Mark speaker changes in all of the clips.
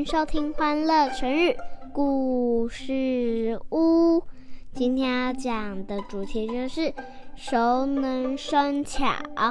Speaker 1: 迎收听欢乐成语故事屋。今天要讲的主题就是熟能生巧。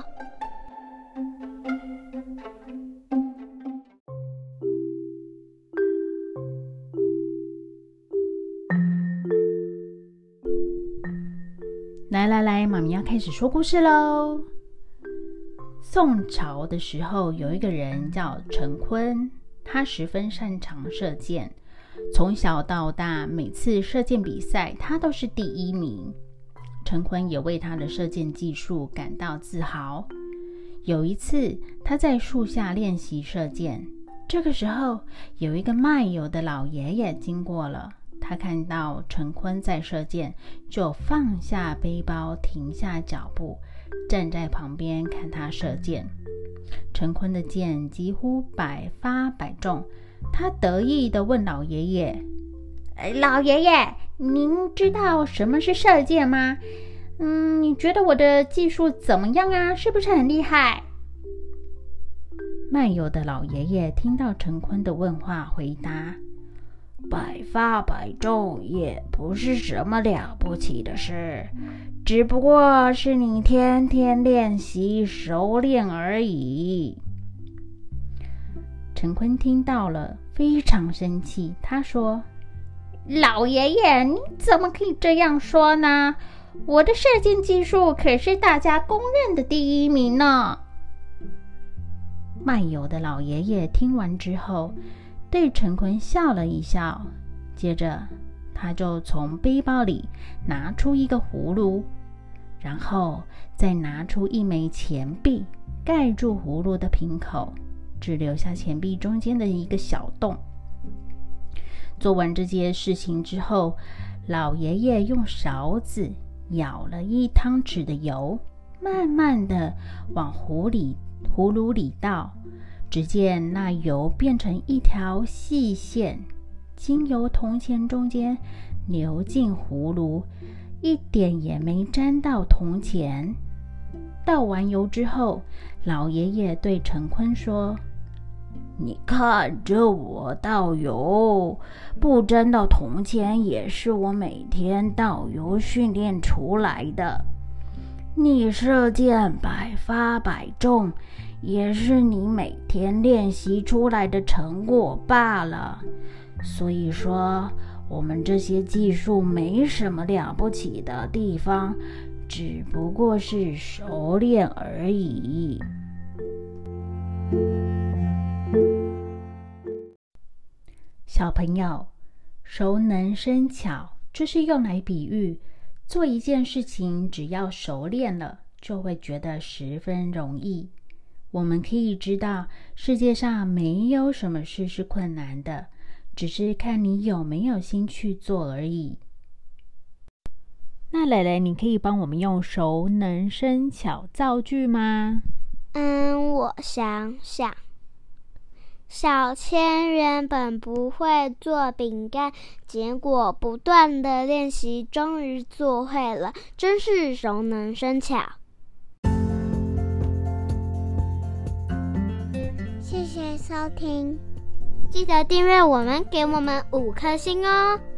Speaker 2: 来，妈咪要开始说故事咯。宋朝的时候，有一个人叫陈坤，他十分擅长射箭，从小到大，每次射箭比赛，他都是第一名。陈坤也为他的射箭技术感到自豪。有一次，他在树下练习射箭，这个时候，有一个卖油的老爷爷经过了。他看到陈坤在射箭，就放下背包，停下脚步，站在旁边看他射箭。陈坤的箭几乎百发百中，他得意地问老爷爷：老爷爷，您知道什么是射箭吗？你觉得我的技术怎么样啊？是不是很厉害？卖油的老爷爷听到陈坤的问话，回答：百发百中也不是什么了不起的事，只不过是你天天练习熟练而已。陈坤听到了，非常生气，他说：老爷爷，你怎么可以这样说呢？我的射箭技术可是大家公认的第一名呢。卖油的老爷爷听完之后，对陈坤笑了一笑，接着他就从背包里拿出一个葫芦，然后再拿出一枚钱币，盖住葫芦的瓶口，只留下钱币中间的一个小洞。做完这件事情之后，老爷爷用勺子舀了1汤匙的油，慢慢的往葫芦里倒，只见那油变成一条细线，经由铜钱中间流进葫芦，一点也没沾到铜钱。倒完油之后，老爷爷对陈坤说：你看着我倒油，不沾到铜钱也是我每天倒油训练出来的。你射箭百发百中，也是你每天练习出来的成果罢了。所以说，我们这些技术没什么了不起的地方，只不过是熟练而已。小朋友，熟能生巧，这是用来比喻做一件事情，只要熟练了，就会觉得十分容易。我们可以知道，世界上没有什么事是困难的，只是看你有没有心去做而已。那蕾蕾，你可以帮我们用熟能生巧造句吗？
Speaker 1: 我想想。小千原本不会做饼干，结果不断的练习，终于做会了，真是熟能生巧。谢谢收听，记得订阅我们，给我们5颗星哦。